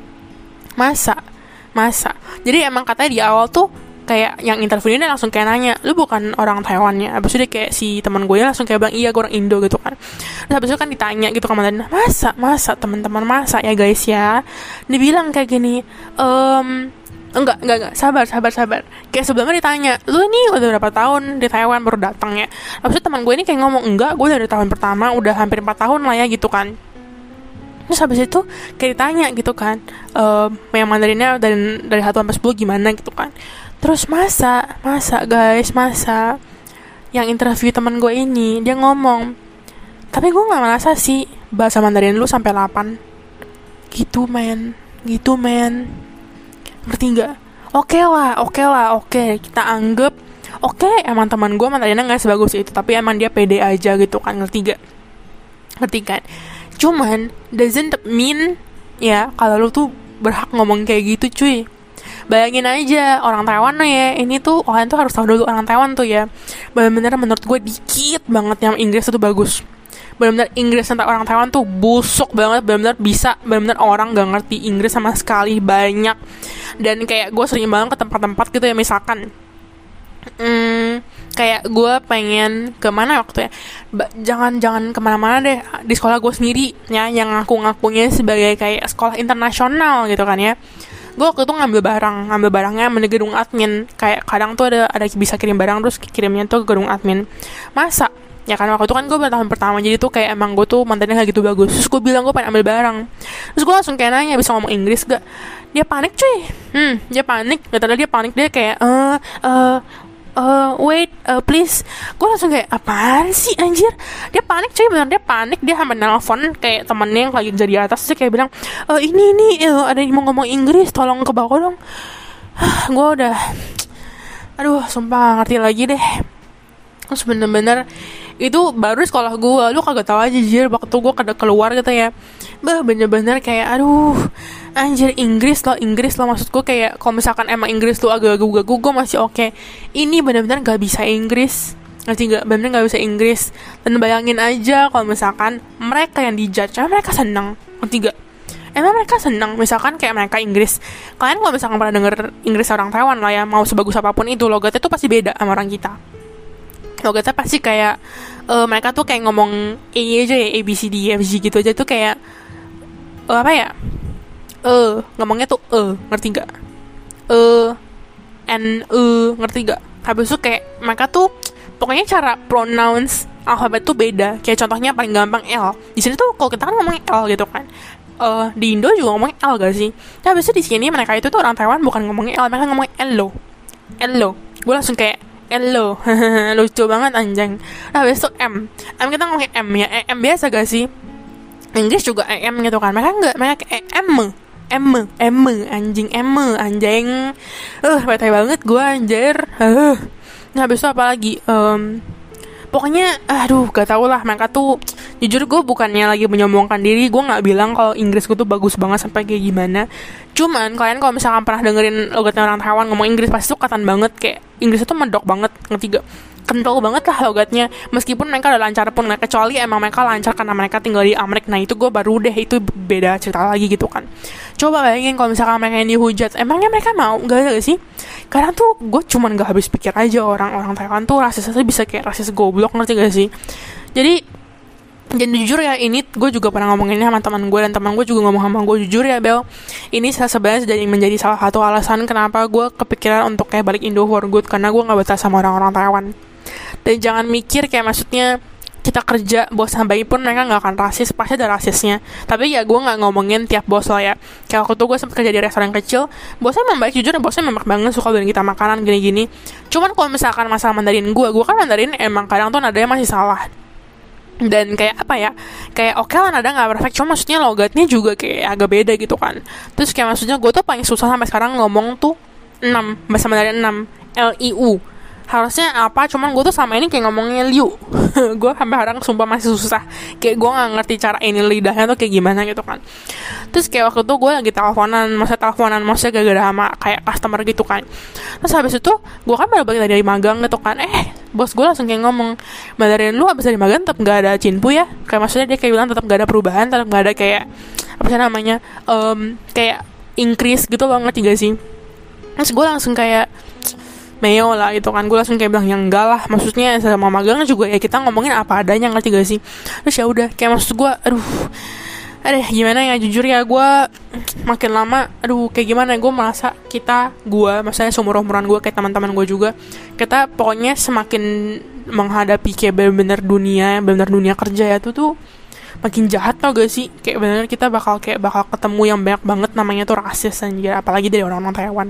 Masa Masa Jadi emang katanya di awal tuh kayak yang interview ini langsung kayak nanya, lu bukan orang Taiwan ya? Habis itu dia kayak si teman gue langsung kayak bilang, iya gue orang Indo gitu kan. Terus habis itu kan ditanya gitu ke Mandarin, masa masa teman-teman masa ya guys ya, dibilang kayak gini, um, enggak enggak enggak sabar sabar sabar kayak sebelumnya ditanya, lu nih udah berapa tahun di Taiwan baru datang ya? Habis itu teman gue ini kayak ngomong, enggak gue dari tahun pertama, udah hampir empat tahun lah ya gitu kan. Terus habis itu kayak ditanya gitu kan, um, yang Mandarinnya dari dari satu sampai sepuluh gimana gitu kan. Terus masa, masa guys, masa yang interview teman gue ini, dia ngomong, tapi gue gak merasa sih bahasa Mandarin lu sampai delapan. Gitu men, gitu men. Ngerti gak? Oke okay lah, oke okay lah, oke okay. Kita anggap, oke okay, emang teman gue Mandarinnya gak sebagus itu, tapi emang dia pede aja gitu kan, ngerti gak? Ngerti kan? Cuman, doesn't mean, ya, kalau lu tuh berhak ngomong kayak gitu cuy. Bayangin aja orang Taiwan ya, ini tuh kalian tuh harus tahu dulu orang Taiwan tuh ya, benar-benar menurut gue dikit banget yang Inggris itu bagus. Benar-benar Inggris tentang orang Taiwan tuh busuk banget, benar-benar bisa, benar-benar orang gak ngerti Inggris sama sekali, banyak. Dan kayak gue sering banget ke tempat-tempat gitu ya, misalkan hmm, kayak gue pengen kemana waktu ya, ba- jangan jangan kemana-mana deh, di sekolah gue sendiri ya, yang ngaku-ngakunya sebagai kayak sekolah internasional gitu kan ya. Gue waktu itu ngambil barang, ngambil barangnya di gedung admin. Kayak kadang tuh ada ada bisa kirim barang, terus kirimnya tuh ke gedung admin. Masa? Ya kan waktu itu kan gue tahun pertama, jadi tuh kayak emang gue tuh mantannya gak gitu bagus. Terus gue bilang gue pengen ambil barang. Terus gue langsung kayak nanya, bisa ngomong Inggris gak? Dia panik cuy. Hmm, dia panik. Gak dia panik, dia kayak eh uh, Uh, wait, uh, please. Gue langsung kayak, apaan sih anjir? Dia panik cuy, bener dia panik. Dia sampai nelfon kayak temennya yang lagi jadi atas. Dia kayak bilang, e, ini ini uh, ada yang mau ngomong Inggris, tolong ke bawah dong. Gue udah, aduh sumpah gak ngerti lagi deh. Terus bener-bener itu baru di sekolah gue, lu kagak tahu aja jir, waktu gue kada keluar gitu ya, bah bener-bener kayak aduh anjir, Inggris lo Inggris lo maksud gue kayak kalau misalkan emang Inggris lu agak gagu-gagu gue masih oke, okay. Ini bener-bener gak bisa Inggris, ngerti gak, bener-bener gak bisa Inggris. Dan bayangin aja kalau misalkan mereka yang dijudge, mereka seneng, ngerti gak, emang mereka seneng misalkan kayak mereka Inggris. Kalian kalau misalkan pernah denger Inggris orang Taiwan lah ya, mau sebagus apapun itu logatnya tuh pasti beda sama orang kita. Logatnya pasti kayak uh, mereka tuh kayak ngomong A aja ya, A B C D F G gitu aja tuh kayak uh, apa ya, eh uh, ngomongnya tuh eh uh, ngerti gak, eh uh, n uh, ngerti gak. Habis itu kayak mereka tuh pokoknya cara pronounce alfabet tuh beda. Kayak contohnya paling gampang L. Di sini tuh kalau kita kan ngomong L gitu kan. Uh, di Indo juga ngomong L gak sih? Nah, habis itu di sini mereka itu tuh orang Taiwan bukan ngomongnya L, mereka ngomong L. L. Gue langsung kayak Hello, lucu banget anjing. Nah, habis itu M, M kita ngomongin M ya, M biasa gak sih? Inggris juga M gitu kan, mereka enggak, mereka kayak M, M, M, anjing, M, anjing. Uh, bete banget gue anjir. Uh. Nah, habis itu apa lagi? Um, pokoknya, aduh, gak tau lah, mereka tuh Jujur gue bukannya lagi menyombongkan diri, gue nggak bilang kalau Inggris gue tuh bagus banget sampai kayak gimana. Cuman kalian kalau misalkan pernah dengerin logatnya orang Taiwan ngomong Inggris, pasti tuh kelihatan banget kayak Inggrisnya tuh medok banget, ngerti gak? Kental banget lah logatnya. Meskipun mereka udah lancar pun, nah, kecuali emang mereka lancar karena mereka tinggal di Amerika. Nah itu gue baru deh, itu beda cerita lagi gitu kan. Coba bayangin kalau misalkan mereka yang dihujat, emangnya mereka mau? Gak ada sih? Kadang tuh gue cuman gak habis pikir aja, orang-orang Taiwan tuh rasisnya bisa kayak rasis goblok, ngerti gak sih? Jadi dan jujur ya, ini gue juga pernah ngomonginnya sama teman gue, dan teman gue juga ngomong sama gue, jujur ya Bel, ini sebenarnya jadi menjadi salah satu alasan kenapa gue kepikiran untuk kayak balik Indo for good, karena gue nggak betah sama orang-orang Taiwan. Dan jangan mikir kayak maksudnya kita kerja bos sampai pun mereka nggak akan rasis, pasti ada rasisnya. Tapi ya gue nggak ngomongin tiap bos lah ya. Kayak waktu itu gue sempat kerja di restoran kecil, bosnya memang baik, jujur bosnya memang banget suka beliin kita makanan gini-gini. Cuman kalau misalkan masalah Mandarin gue, gue kan Mandarin emang kadang tuh nadanya masih salah. Dan kayak apa ya, kayak oke okay lah nada nggak perfect, cuma maksudnya logatnya juga kayak agak beda gitu kan. Terus kayak maksudnya gue tuh paling susah sampai sekarang ngomong tuh enam, bahasa Mandarin enam, L I U. Harusnya apa, cuman gue tuh sama ini kayak ngomongnya liu. Gue sampai sekarang sumpah masih susah, kayak gue nggak ngerti cara ini lidahnya tuh kayak gimana gitu kan. Terus kayak waktu itu gue lagi teleponan, maksudnya teleponan maksudnya gara-gara sama kayak customer gitu kan. Terus habis itu gue kan baru balik dari magang gitu kan, eh bos gue langsung kayak ngomong, Mandarin lu abis dari magang tetap gak ada cinpu ya, kayak maksudnya dia kayak bilang tetap gak ada perubahan, tetap gak ada kayak apa sih namanya, um, kayak increase gitu loh, ngerti gak sih? Terus gue langsung kayak meo lah gitu kan, gue langsung kayak bilang ya enggak lah, maksudnya sama magang juga ya kita ngomongin apa adanya, ngerti gak sih? Terus ya udah, kayak maksud gue aduh aduh gimana ya, jujur ya gue makin lama aduh kayak gimana ya, gue merasa kita gue maksudnya seumur-umuran gue kayak teman-teman gue juga, kita pokoknya semakin menghadapi kayak bener-bener dunia bener dunia kerja ya tuh tuh makin jahat tau gak sih, kayak bener kita bakal kayak bakal ketemu yang banyak banget namanya tuh rasis aja, apalagi dari orang-orang Taiwan.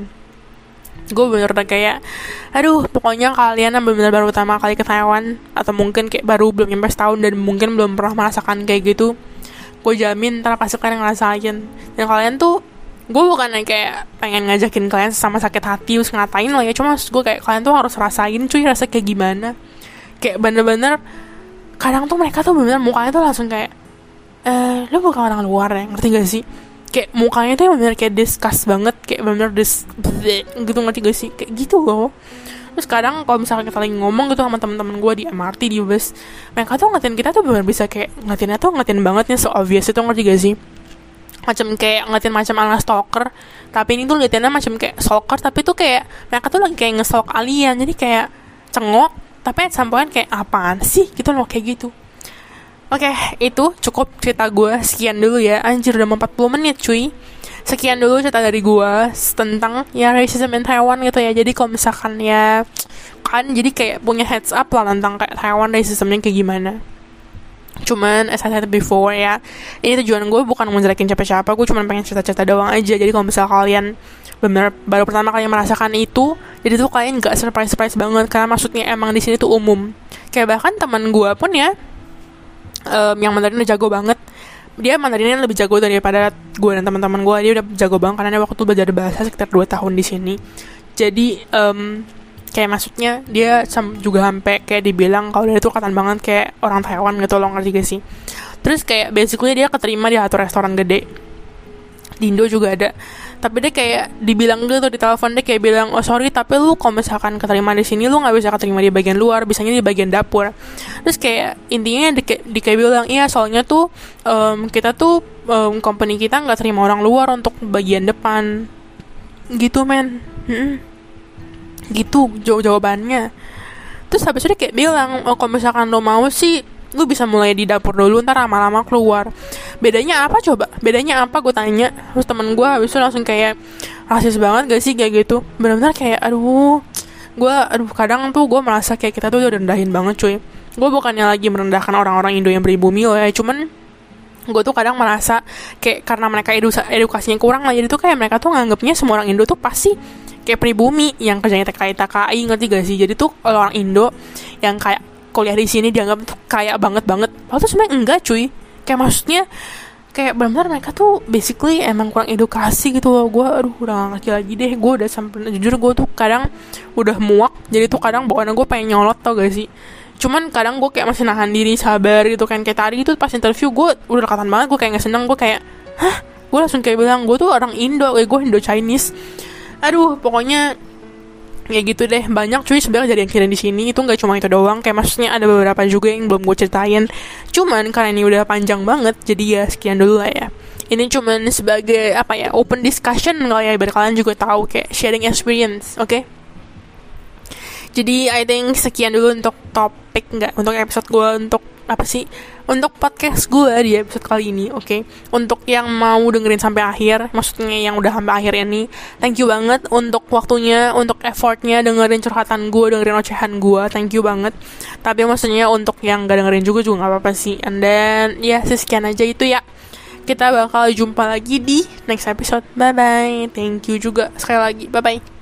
Gue bener udah kayak aduh pokoknya kalian yang bener-bener baru pertama kali ke Taiwan, atau mungkin kayak baru belum nyampe setahun dan mungkin belum pernah merasakan kayak gitu, gue jamin ntar pasti kalian ngerasain. Dan kalian tuh, gue bukan kayak pengen ngajakin kalian sama sakit hati terus ngatain lo ya, cuma gue kayak kalian tuh harus rasain cuy rasa kayak gimana. Kayak bener-bener kadang tuh mereka tuh bener-bener mukanya tuh langsung kayak eh lu bukan orang luar ya, ngerti gak sih? Kayak mukanya tuh bener-bener kayak disgust banget, kayak bener-bener dis gitu, ngerti gak sih? Kayak gitu loh. Terus kadang kalau misalnya kita lagi ngomong gitu sama teman-teman gue di M R T, di bus, mereka tuh ngeliatin kita tuh benar bisa kayak ngeliatinnya tuh ngeliatin banget nih, so obvious itu, ngerti gak sih? Macam kayak ngeliatin macam ala stalker, tapi ini tuh ngeliatinnya macam kayak stalker, tapi tuh kayak mereka tuh lagi kayak nge-stalk alien, jadi kayak cengok, tapi sampean kayak apaan sih gitu loh, kayak gitu. Oke, okay, itu cukup cerita gue, sekian dulu ya, anjir udah empat puluh menit cuy. Sekian dulu cerita dari gue tentang ya racism in Taiwan gitu ya. Jadi kalau misalkan ya kan jadi kayak punya heads up lah tentang kayak Taiwan racismnya kayak gimana. Cuman as I said before ya, ini tujuan gue bukan menjelekin siapa-siapa, gue cuma pengen cerita-cerita doang aja. Jadi kalau misalkan kalian benar baru pertama kali merasakan itu, jadi tuh kalian gak surprise-surprise banget, karena maksudnya emang di sini tuh umum. Kayak bahkan teman gue pun ya um, yang Mandarin udah jago banget, dia Mandarinnya lebih jago daripada gue dan teman-teman gue. Dia udah jago banget karena dia waktu itu belajar bahasa sekitar dua tahun di sini. Jadi um, kayak maksudnya dia juga sampai kayak dibilang kalau dia tuh kelihatan banget kayak orang Taiwan gitu loh, ngerti gak sih? Terus kayak basically dia keterima di satu restoran gede di Indo juga ada. Tapi dia kayak dibilang gitu di telepon, dia kayak bilang, oh sorry tapi lu kalau misalkan keterima di sini lu nggak bisa keterima di bagian luar, bisanya di bagian dapur. Terus kayak intinya di, di kayak bilang, iya soalnya tuh um, kita tuh um, company kita nggak terima orang luar untuk bagian depan gitu men. Hmm. Gitu jawab jawabannya. Terus habis itu dia kayak bilang, oh kalau misalkan lo mau sih lu bisa mulai di dapur dulu, ntar lama-lama keluar. Bedanya apa coba? Bedanya apa gue tanya. Terus temen gue habis itu langsung kayak rasis banget gak sih kayak gitu. Benar-benar kayak aduh, gue aduh kadang tuh gue merasa kayak kita tuh udah rendahin banget cuy. Gue bukannya lagi merendahkan orang-orang Indo yang pribumi loh ya, cuman gue tuh kadang merasa kayak karena mereka edu- edukasinya kurang lah, jadi tuh kayak mereka tuh nganggapnya semua orang Indo tuh pasti kayak pribumi yang kerjanya T K I T K I, ngerti gak sih? Jadi tuh kalau orang Indo yang kayak kuliah di sini dianggap tuh kayak banget banget. Padahal tuh sebenarnya enggak cuy. Kayak maksudnya kayak benar-benar mereka tuh basically emang kurang edukasi gitu loh. Gue aduh udah gak ngerti lagi deh. Gue udah sampai jujur gue tuh kadang udah muak. Jadi tuh kadang bawaannya gue pengen nyolot tau gak sih. Cuman kadang gue kayak masih nahan diri, sabar gitu kan. Kayak tadi itu pas interview gue udah dekatan banget, gue kayak nggak seneng, gue kayak hah, gue langsung kayak bilang gue tuh orang Indo, eh gue Indo Chinese. Aduh, pokoknya ya gitu deh, banyak cuy sebenarnya jadi yang kira di sini. Itu nggak cuma itu doang, kayak maksudnya ada beberapa juga yang belum gue ceritain. Cuman karena ini udah panjang banget, jadi ya sekian dulu lah ya. Ini cuman sebagai apa ya, open discussion kali ya, biar kalian juga tahu kayak sharing experience, oke? Okay? Jadi I think sekian dulu untuk topik, nggak untuk episode gue, untuk apa sih, untuk podcast gue di episode kali ini, oke? Okay? Untuk yang mau dengerin sampai akhir, maksudnya yang udah sampai akhir ini, thank you banget untuk waktunya, untuk effortnya dengerin curhatan gue, dengerin ocehan gue, thank you banget. Tapi maksudnya untuk yang gak dengerin juga juga nggak apa-apa sih. And then ya sekian aja itu ya. Kita bakal jumpa lagi di next episode. Bye bye. Thank you juga sekali lagi. Bye bye.